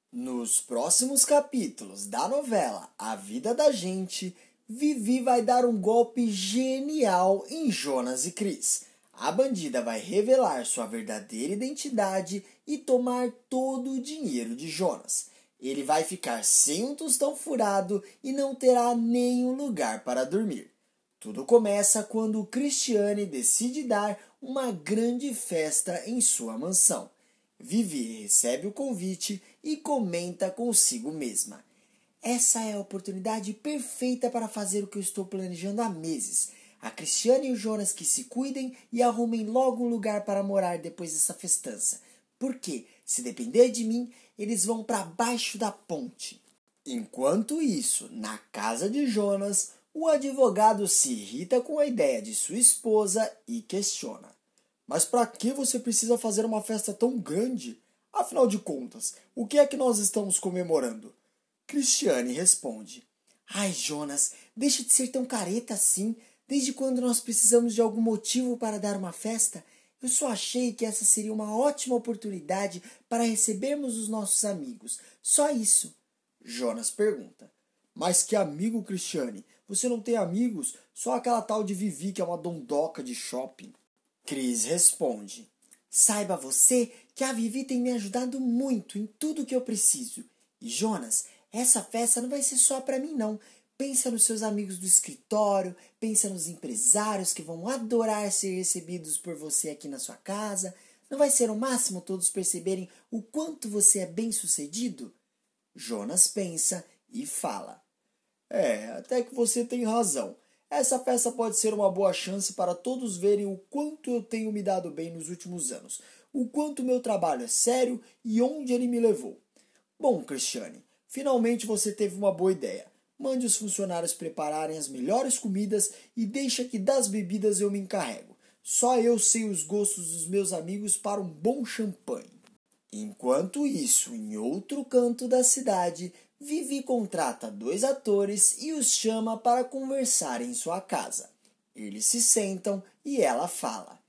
Nos próximos capítulos da novela A Vida da Gente, Vivi vai dar um golpe genial em Jonas e Cris. A bandida vai revelar sua verdadeira identidade e tomar todo o dinheiro de Jonas. Ele vai ficar sem um tostão furado e não terá nenhum lugar para dormir. Tudo começa quando Cristiane decide dar uma grande festa em sua mansão. Vivi recebe o convite e comenta consigo mesma: essa é a oportunidade perfeita para fazer o que eu estou planejando há meses. A Cristiane e o Jonas que se cuidem e arrumem logo um lugar para morar depois dessa festança. Porque, se depender de mim, eles vão para baixo da ponte. Enquanto isso, na casa de Jonas, o advogado se irrita com a ideia de sua esposa e questiona: mas para que você precisa fazer uma festa tão grande? Afinal de contas, o que é que nós estamos comemorando? Cristiane responde: ai, Jonas, deixa de ser tão careta assim. Desde quando nós precisamos de algum motivo para dar uma festa? Eu só achei que essa seria uma ótima oportunidade para recebermos os nossos amigos. Só isso. Jonas pergunta: mas que amigo, Cristiane? Você não tem amigos? Só aquela tal de Vivi que é uma dondoca de shopping. Cris responde: saiba você que a Vivi tem me ajudado muito em tudo que eu preciso. E Jonas, essa festa não vai ser só para mim não. Pensa nos seus amigos do escritório, pensa nos empresários que vão adorar ser recebidos por você aqui na sua casa. Não vai ser o máximo todos perceberem o quanto você é bem-sucedido? Jonas pensa e fala: até que você tem razão. Essa festa pode ser uma boa chance para todos verem o quanto eu tenho me dado bem nos últimos anos, o quanto meu trabalho é sério e onde ele me levou. Bom, Cristiane, finalmente você teve uma boa ideia. Mande os funcionários prepararem as melhores comidas e deixa que das bebidas eu me encarrego. Só eu sei os gostos dos meus amigos para um bom champanhe. Enquanto isso, em outro canto da cidade, Vivi contrata 2 atores e os chama para conversar em sua casa. Eles se sentam e ela fala: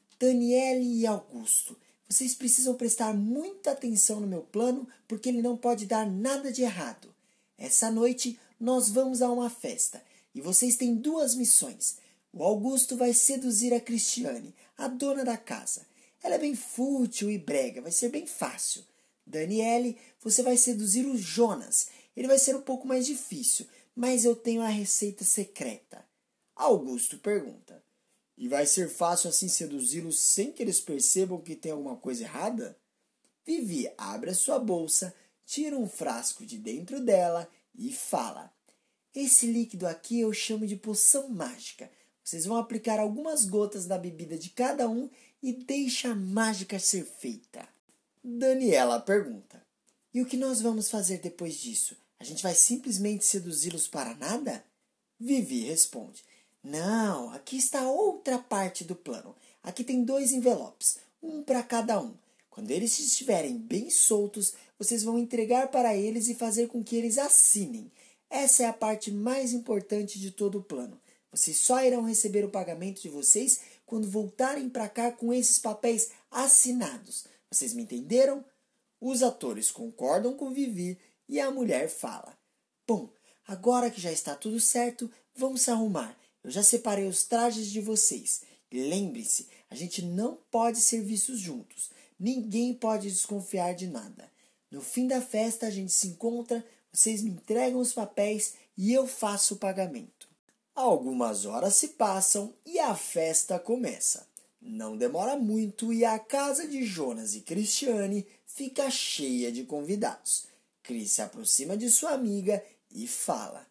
Daniele e Augusto, vocês precisam prestar muita atenção no meu plano porque ele não pode dar nada de errado. Essa noite nós vamos a uma festa e vocês têm 2 missões. O Augusto vai seduzir a Cristiane, a dona da casa. Ela é bem fútil e brega, vai ser bem fácil. Daniele, você vai seduzir o Jonas. Ele vai ser um pouco mais difícil, mas eu tenho a receita secreta. Augusto pergunta: e vai ser fácil assim seduzi-los sem que eles percebam que tem alguma coisa errada? Vivi abre a sua bolsa, tira um frasco de dentro dela e fala: esse líquido aqui eu chamo de poção mágica. Vocês vão aplicar algumas gotas na bebida de cada um e deixa a mágica ser feita. Daniela pergunta: e o que nós vamos fazer depois disso? A gente vai simplesmente seduzi-los para nada? Vivi responde: não, aqui está outra parte do plano. Aqui tem 2 envelopes, um para cada um. Quando eles estiverem bem soltos, vocês vão entregar para eles e fazer com que eles assinem. Essa é a parte mais importante de todo o plano. Vocês só irão receber o pagamento de vocês quando voltarem para cá com esses papéis assinados. Vocês me entenderam? Os atores concordam com Vivi e a mulher fala: bom, agora que já está tudo certo, vamos se arrumar. Eu já separei os trajes de vocês. Lembre-se, a gente não pode ser vistos juntos. Ninguém pode desconfiar de nada. No fim da festa a gente se encontra, vocês me entregam os papéis e eu faço o pagamento. Algumas horas se passam e a festa começa. Não demora muito e a casa de Jonas e Cristiane fica cheia de convidados. Cris se aproxima de sua amiga e fala: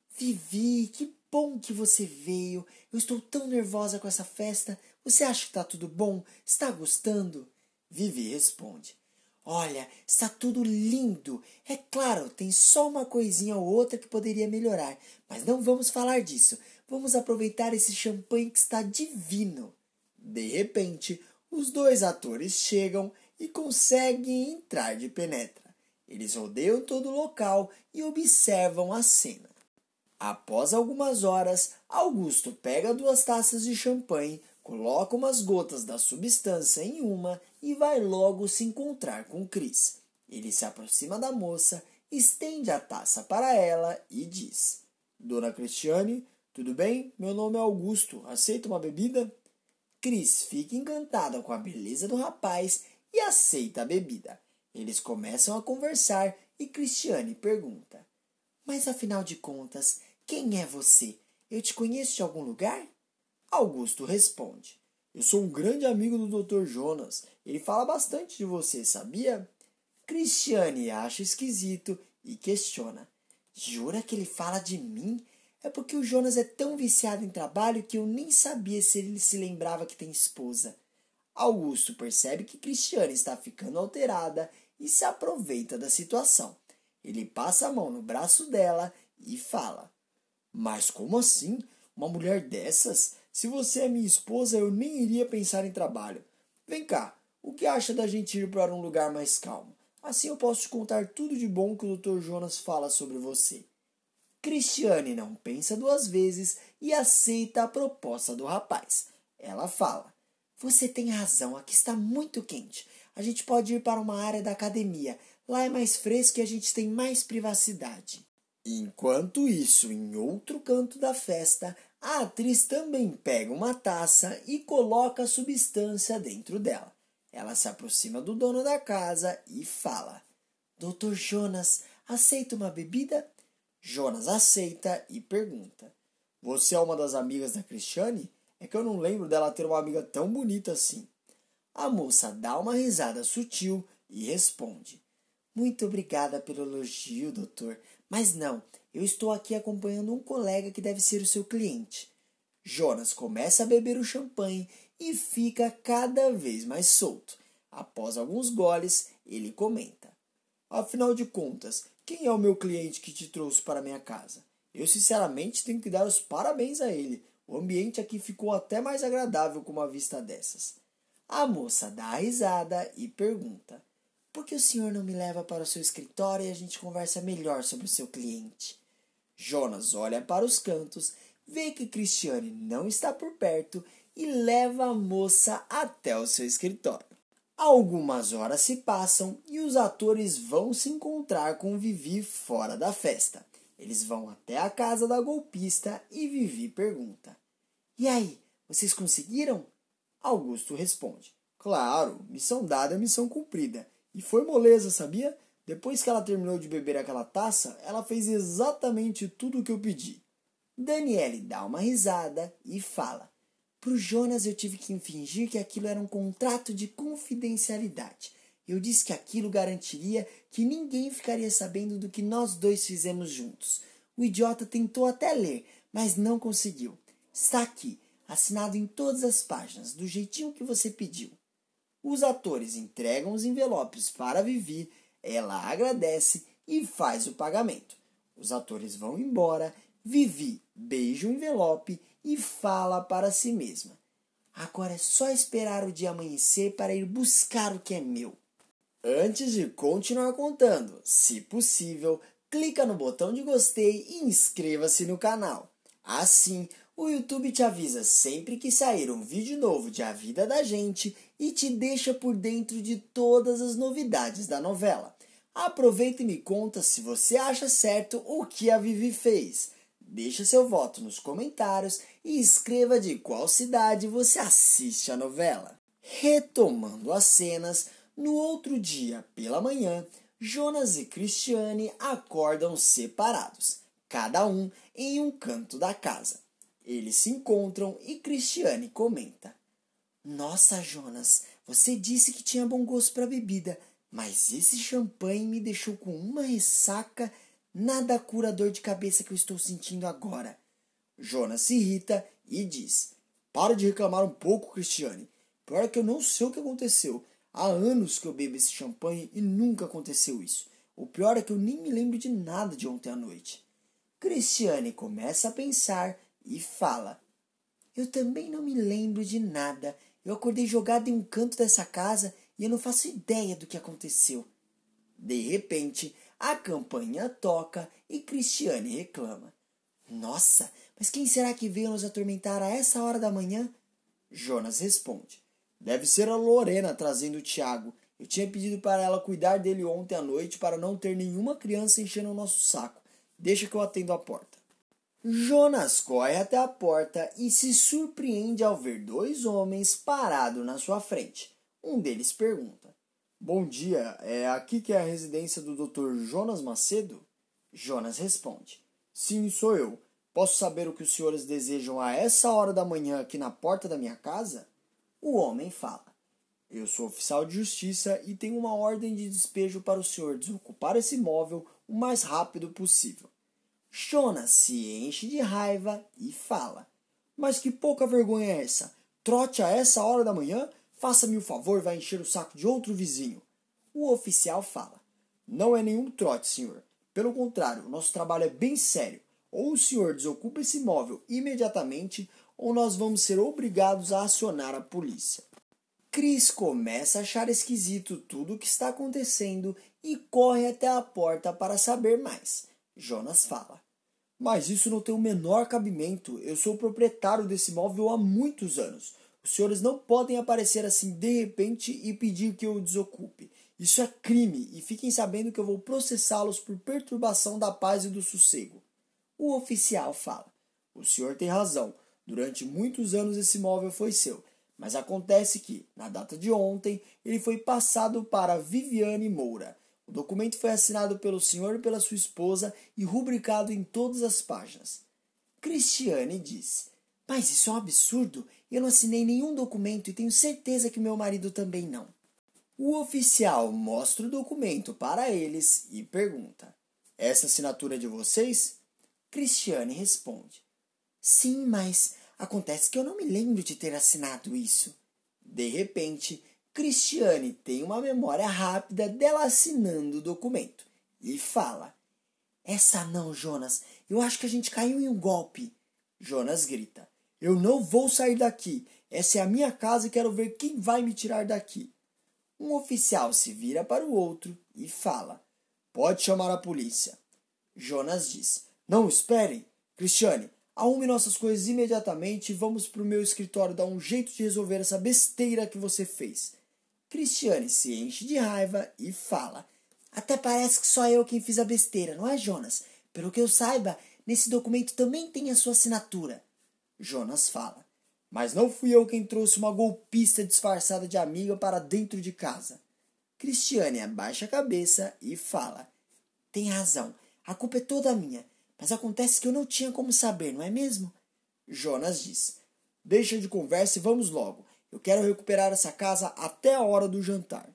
Vivi, que bom que você veio. Eu estou tão nervosa com essa festa. Você acha que está tudo bom? Está gostando? Vivi responde: olha, está tudo lindo. É claro, tem só uma coisinha ou outra que poderia melhorar. Mas não vamos falar disso. Vamos aproveitar esse champanhe que está divino. De repente, os 2 atores chegam e conseguem entrar de penetra. Eles rodeiam todo o local e observam a cena. Após algumas horas, Augusto pega 2 taças de champanhe, coloca umas gotas da substância em uma e vai logo se encontrar com Cris. Ele se aproxima da moça, estende a taça para ela e diz: Dona Cristiane, tudo bem? Meu nome é Augusto. Aceita uma bebida? Cris fica encantada com a beleza do rapaz e aceita a bebida. Eles começam a conversar e Cristiane pergunta: Mas afinal de contas, quem é você? Eu te conheço de algum lugar? Augusto responde: Eu sou um grande amigo do Dr. Jonas. Ele fala bastante de você, sabia? Cristiane acha esquisito e questiona: Jura que ele fala de mim? É porque o Jonas é tão viciado em trabalho que eu nem sabia se ele se lembrava que tem esposa. Augusto percebe que Cristiane está ficando alterada e se aproveita da situação. Ele passa a mão no braço dela e fala: Mas como assim? Uma mulher dessas? Se você é minha esposa, eu nem iria pensar em trabalho. Vem cá, o que acha da gente ir para um lugar mais calmo? Assim eu posso te contar tudo de bom que o Dr. Jonas fala sobre você. Cristiane não pensa duas vezes e aceita a proposta do rapaz. Ela fala: Você tem razão, aqui está muito quente. A gente pode ir para uma área da academia. Lá é mais fresco e a gente tem mais privacidade. Enquanto isso, em outro canto da festa, a atriz também pega uma taça e coloca a substância dentro dela. Ela se aproxima do dono da casa e fala: Doutor Jonas, aceita uma bebida? Jonas aceita e pergunta: Você é uma das amigas da Cristiane? É que eu não lembro dela ter uma amiga tão bonita assim. A moça dá uma risada sutil e responde: Muito obrigada pelo elogio, doutor. Mas não, eu estou aqui acompanhando um colega que deve ser o seu cliente. Jonas começa a beber o champanhe e fica cada vez mais solto. Após alguns goles, ele comenta: Afinal de contas, quem é o meu cliente que te trouxe para minha casa? Eu sinceramente tenho que dar os parabéns a ele. O ambiente aqui ficou até mais agradável com uma vista dessas. A moça dá a risada e pergunta: Por que o senhor não me leva para o seu escritório e a gente conversa melhor sobre o seu cliente? Jonas olha para os cantos, vê que Cristiane não está por perto e leva a moça até o seu escritório. Algumas horas se passam e os atores vão se encontrar com Vivi fora da festa. Eles vão até a casa da golpista e Vivi pergunta: E aí, vocês conseguiram? Augusto responde: Claro, missão dada é missão cumprida. E foi moleza, sabia? Depois que ela terminou de beber aquela taça, ela fez exatamente tudo o que eu pedi. Daniele dá uma risada e fala: Pro Jonas eu tive que fingir que aquilo era um contrato de confidencialidade. Eu disse que aquilo garantiria que ninguém ficaria sabendo do que nós dois fizemos juntos. O idiota tentou até ler, mas não conseguiu. Está aqui, assinado em todas as páginas, do jeitinho que você pediu. Os atores entregam os envelopes para Vivi, ela agradece e faz o pagamento. Os atores vão embora, Vivi beija o envelope e fala para si mesma: Agora é só esperar o dia amanhecer para ir buscar o que é meu. Antes de continuar contando, se possível, clica no botão de gostei e inscreva-se no canal. Assim, o YouTube te avisa sempre que sair um vídeo novo de A Vida da Gente e te deixa por dentro de todas as novidades da novela. Aproveita e me conta se você acha certo o que a Vivi fez. Deixa seu voto nos comentários e escreva de qual cidade você assiste a novela. Retomando as cenas, no outro dia, pela manhã, Jonas e Cristiane acordam separados, cada um em um canto da casa. Eles se encontram e Cristiane comenta: Nossa, Jonas, você disse que tinha bom gosto para bebida, mas esse champanhe me deixou com uma ressaca. Nada cura a dor de cabeça que eu estou sentindo agora. Jonas se irrita e diz: Para de reclamar um pouco, Cristiane. Pior é que eu não sei o que aconteceu. Há anos que eu bebo esse champanhe e nunca aconteceu isso. O pior é que eu nem me lembro de nada de ontem à noite. Cristiane começa a pensar e fala: Eu também não me lembro de nada. Eu acordei jogado em um canto dessa casa e eu não faço ideia do que aconteceu. De repente, a campainha toca e Cristiane reclama: Nossa, mas quem será que veio nos atormentar a essa hora da manhã? Jonas responde: Deve ser a Lorena trazendo o Tiago. Eu tinha pedido para ela cuidar dele ontem à noite para não ter nenhuma criança enchendo o nosso saco. Deixa que eu atendo a porta. Jonas corre até a porta e se surpreende ao ver dois homens parados na sua frente. Um deles pergunta: Bom dia, é aqui que é a residência do Dr. Jonas Macedo? Jonas responde: Sim, sou eu. Posso saber o que os senhores desejam a essa hora da manhã aqui na porta da minha casa? O homem fala: Eu sou oficial de justiça e tenho uma ordem de despejo para o senhor desocupar esse imóvel o mais rápido possível. Jonas se enche de raiva e fala: Mas que pouca vergonha é essa? Trote a essa hora da manhã? Faça-me o favor, vai encher o saco de outro vizinho. O oficial fala: Não é nenhum trote, senhor. Pelo contrário, o nosso trabalho é bem sério. Ou o senhor desocupa esse imóvel imediatamente, ou nós vamos ser obrigados a acionar a polícia. Chris começa a achar esquisito tudo o que está acontecendo e corre até a porta para saber mais. Jonas fala: Mas isso não tem o menor cabimento. Eu sou o proprietário desse imóvel há muitos anos. Os senhores não podem aparecer assim de repente e pedir que eu o desocupe. Isso é crime e fiquem sabendo que eu vou processá-los por perturbação da paz e do sossego. O oficial fala: O senhor tem razão. Durante muitos anos esse imóvel foi seu. Mas acontece que, na data de ontem, ele foi passado para Viviane Moura. O documento foi assinado pelo senhor e pela sua esposa e rubricado em todas as páginas. Cristiane diz: Mas isso é um absurdo. Eu não assinei nenhum documento e tenho certeza que meu marido também não. O oficial mostra o documento para eles e pergunta: Essa assinatura é de vocês? Cristiane responde: Sim, mas acontece que eu não me lembro de ter assinado isso. De repente, Cristiane tem uma memória rápida dela assinando o documento e fala: Essa não, Jonas. Eu acho que a gente caiu em um golpe. Jonas grita: Eu não vou sair daqui. Essa é a minha casa e quero ver quem vai me tirar daqui. Um oficial se vira para o outro e fala: Pode chamar a polícia. Jonas diz: Não, esperem. Cristiane, arrume nossas coisas imediatamente e vamos para o meu escritório dar um jeito de resolver essa besteira que você fez. Cristiane se enche de raiva e fala: Até parece que só eu quem fiz a besteira, não é, Jonas? Pelo que eu saiba, nesse documento também tem a sua assinatura. Jonas fala: Mas não fui eu quem trouxe uma golpista disfarçada de amiga para dentro de casa. Cristiane abaixa a cabeça e fala: Tem razão, a culpa é toda minha, mas acontece que eu não tinha como saber, não é mesmo? Jonas diz: Deixa de conversa e vamos logo. Eu quero recuperar essa casa até a hora do jantar.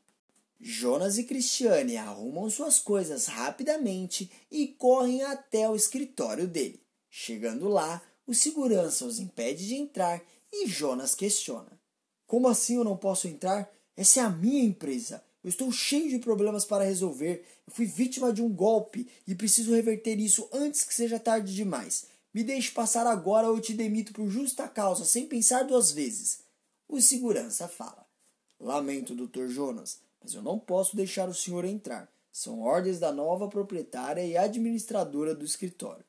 Jonas e Cristiane arrumam suas coisas rapidamente e correm até o escritório dele. Chegando lá, o segurança os impede de entrar e Jonas questiona: Como assim eu não posso entrar? Essa é a minha empresa. Eu estou cheio de problemas para resolver. Eu fui vítima de um golpe e preciso reverter isso antes que seja tarde demais. Me deixe passar agora ou eu te demito por justa causa, sem pensar duas vezes. O segurança fala: Lamento, Dr. Jonas, mas eu não posso deixar o senhor entrar. São ordens da nova proprietária e administradora do escritório.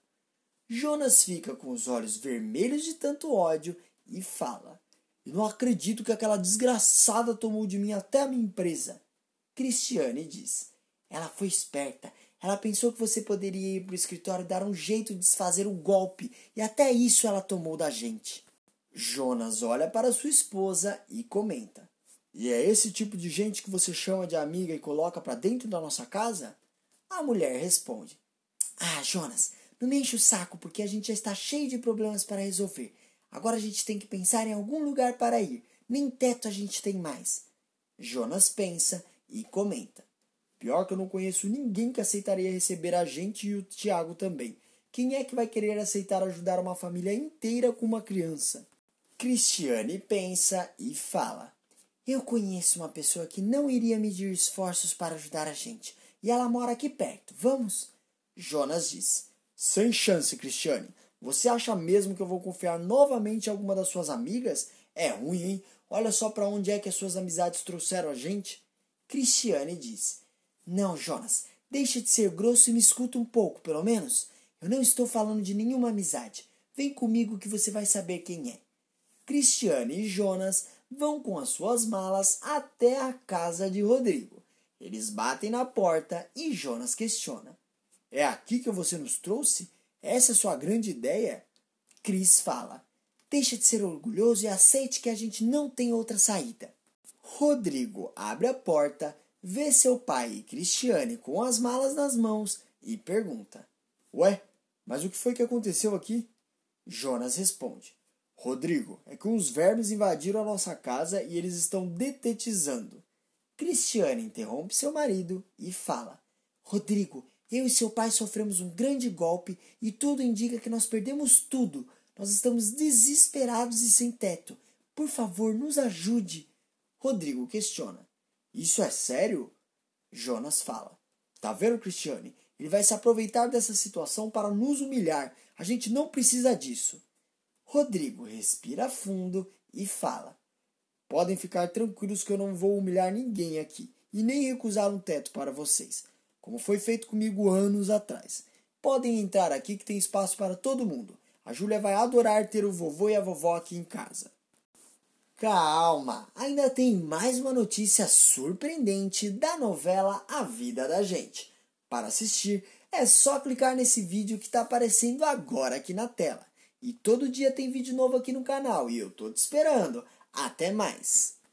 Jonas fica com os olhos vermelhos de tanto ódio e fala: Eu não acredito que aquela desgraçada tomou de mim até a minha empresa. Cristiane diz: Ela foi esperta. Ela pensou que você poderia ir para o escritório e dar um jeito de desfazer o golpe, e até isso ela tomou da gente. Jonas olha para sua esposa e comenta: E é esse tipo de gente que você chama de amiga e coloca para dentro da nossa casa? A mulher responde: Ah, Jonas, não me enche o saco porque a gente já está cheio de problemas para resolver. Agora a gente tem que pensar em algum lugar para ir. Nem teto a gente tem mais. Jonas pensa e comenta: Pior que eu não conheço ninguém que aceitaria receber a gente e o Tiago também. Quem é que vai querer aceitar ajudar uma família inteira com uma criança? Cristiane pensa e fala: Eu conheço uma pessoa que não iria medir esforços para ajudar a gente. E ela mora aqui perto. Vamos? Jonas diz: Sem chance, Cristiane. Você acha mesmo que eu vou confiar novamente em alguma das suas amigas? É ruim, hein? Olha só para onde é que as suas amizades trouxeram a gente. Cristiane diz: Não, Jonas, deixa de ser grosso e me escuta um pouco, pelo menos. Eu não estou falando de nenhuma amizade. Vem comigo que você vai saber quem é. Cristiane e Jonas vão com as suas malas até a casa de Rodrigo. Eles batem na porta e Jonas questiona: "É aqui que você nos trouxe? Essa é sua grande ideia?" Chris fala: "Deixa de ser orgulhoso e aceite que a gente não tem outra saída." Rodrigo abre a porta, vê seu pai e Cristiane com as malas nas mãos e pergunta: "Ué, mas o que foi que aconteceu aqui?" Jonas responde: "Rodrigo, é que uns vermes invadiram a nossa casa e eles estão detetizando." Cristiane interrompe seu marido e fala: "Rodrigo, eu e seu pai sofremos um grande golpe e tudo indica que nós perdemos tudo. Nós estamos desesperados e sem teto. Por favor, nos ajude." Rodrigo questiona: "Isso é sério?" Jonas fala: "Tá vendo, Cristiane? Ele vai se aproveitar dessa situação para nos humilhar. A gente não precisa disso." Rodrigo respira fundo e fala: "Podem ficar tranquilos que eu não vou humilhar ninguém aqui e nem recusar um teto para vocês, como foi feito comigo anos atrás. Podem entrar aqui que tem espaço para todo mundo. A Júlia vai adorar ter o vovô e a vovó aqui em casa." Calma, ainda tem mais uma notícia surpreendente da novela A Vida da Gente. Para assistir, é só clicar nesse vídeo que está aparecendo agora aqui na tela. E todo dia tem vídeo novo aqui no canal e eu tô te esperando. Até mais!